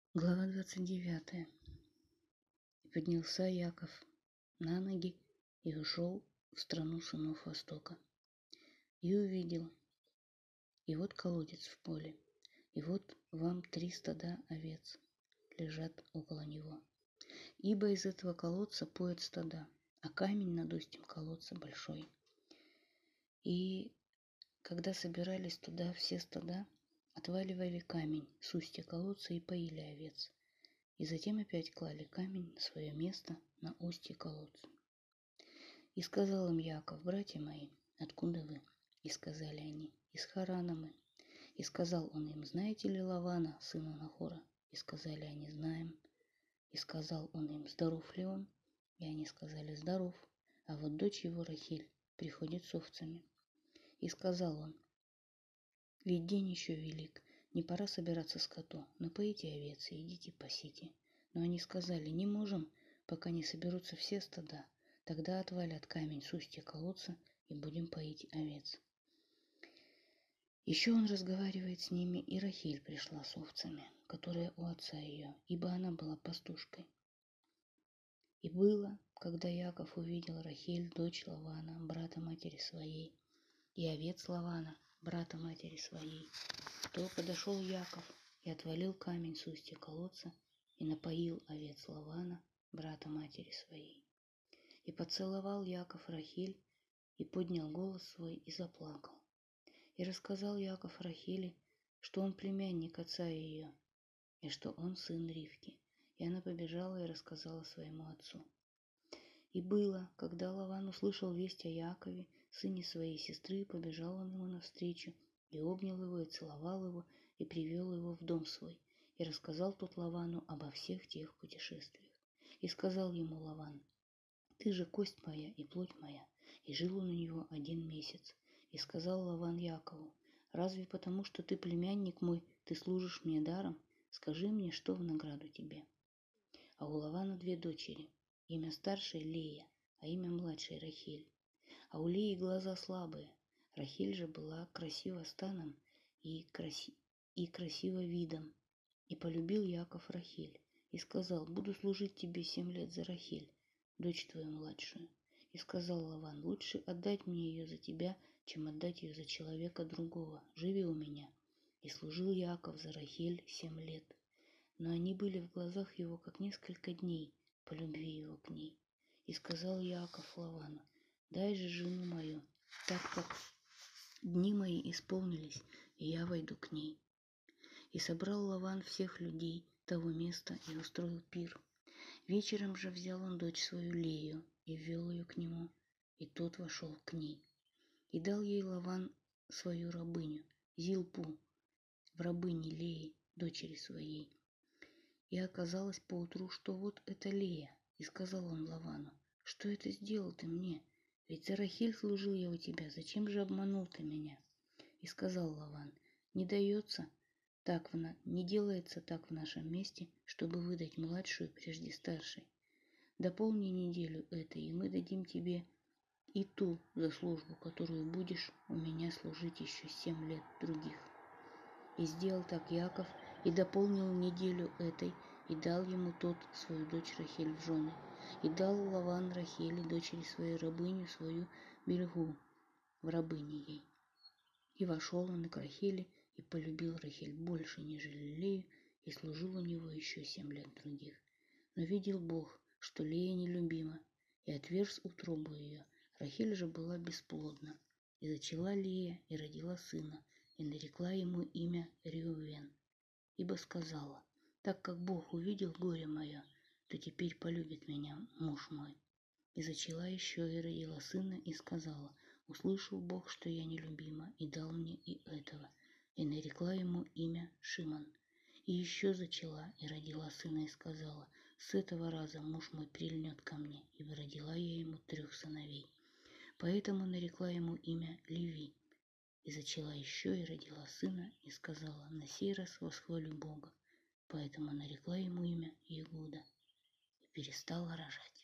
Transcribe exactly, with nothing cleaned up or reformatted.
Глава двадцать девятая. И поднялся Яков на ноги и ушел в страну сынов Востока. И увидел, и вот колодец в поле, и вот вам три стада овец лежат около него. Ибо из этого колодца поют стада, а камень над устьем колодца большой. И когда собирались туда все стада, отваливали камень с устья колодца и поили овец. И затем опять клали камень на свое место на устье колодца. И сказал им Яков: братья мои, откуда вы? И сказали они: из Харана мы. И сказал он им: знаете ли Лавана, сына Нахора? И сказали они: знаем. И сказал он им: здоров ли он? И они сказали: здоров. А вот дочь его Рахиль приходит с овцами. И сказал он: ведь день еще велик, не пора собираться скоту, напоите овец и идите пасите. Но они сказали: не можем, пока не соберутся все стада, тогда отвалят камень с устья колодца и будем поить овец. Еще он разговаривает с ними, и Рахиль пришла с овцами, которые у отца ее, ибо она была пастушкой. И было, когда Яков увидел Рахиль, дочь Лавана, брата матери своей, и овец Лавана, брата матери своей, то подошел Яков и отвалил камень с устья колодца и напоил овец Лавана, брата матери своей. И поцеловал Яков Рахиль, и поднял голос свой, и заплакал. И рассказал Яков Рахиле, что он племянник отца ее, и что он сын Ривки. И она побежала и рассказала своему отцу. И было, когда Лаван услышал весть о Якове, сыне своей сестры, побежал он ему навстречу, и обнял его, и целовал его, и привел его в дом свой, и рассказал тот Лавану обо всех тех путешествиях. И сказал ему Лаван: ты же кость моя и плоть моя. И жил он у него один месяц. И сказал Лаван Якову: разве потому, что ты племянник мой, ты служишь мне даром? Скажи мне, что в награду тебе. А у Лавана две дочери, имя старшей Лея, а имя младшей Рахиль. А у Леи глаза слабые, Рахиль же была красива станом и, краси... и красива видом. И полюбил Яков Рахиль, и сказал: буду служить тебе семь лет за Рахиль, дочь твою младшую. И сказал Лаван: лучше отдать мне ее за тебя, чем отдать ее за человека другого. Живи у меня. И служил Яков за Рахиль семь лет. Но они были в глазах его, как несколько дней по любви его к ней. И сказал Яков Лавану: дай же жену мою, так как дни мои исполнились, и я войду к ней. И собрал Лаван всех людей того места и устроил пир. Вечером же взял он дочь свою Лею и ввел ее к нему, и тот вошел к ней. И дал ей Лаван свою рабыню, Зилпу, в рабыне Леи, дочери своей. И оказалось поутру, что вот это Лея. И сказал он Лавану: что это сделал ты мне? Ведь за Рахиль служил я у тебя, зачем же обманул ты меня? И сказал Лаван: не дается так в на... не делается так в нашем месте, чтобы выдать младшую прежде старшей. Дополни неделю этой, и мы дадим тебе и ту за службу, которую будешь у меня служить еще семь лет других. И сделал так Яков, и дополнил неделю этой, и дал ему тот свою дочь Рахиль в жены. И дал Лаван Рахиле, дочери своей, рабыню свою Бильгу, в рабыне ей. И вошел он к Рахиле, и полюбил Рахиль больше, нежели Лею, и служил у него еще семь лет других. Но видел Бог, что Лея нелюбима, и отверз утробу ее. Рахиль же была бесплодна. И зачала Лея, и родила сына, и нарекла ему имя Реувен, ибо сказала: так как Бог увидел горе мое, то теперь полюбит меня муж мой. И зачала еще и родила сына, и сказала: услышал Бог, что я нелюбима, и дал мне и этого. И нарекла ему имя Шимон. И еще зачала и родила сына, и сказала: с этого раза муж мой прильнет ко мне, ибо родила я ему трех сыновей. Поэтому нарекла ему имя Леви. И зачала еще и родила сына, и сказала: на сей раз восхвалю Бога. Поэтому нарекла ему имя Иуда, и перестала рожать.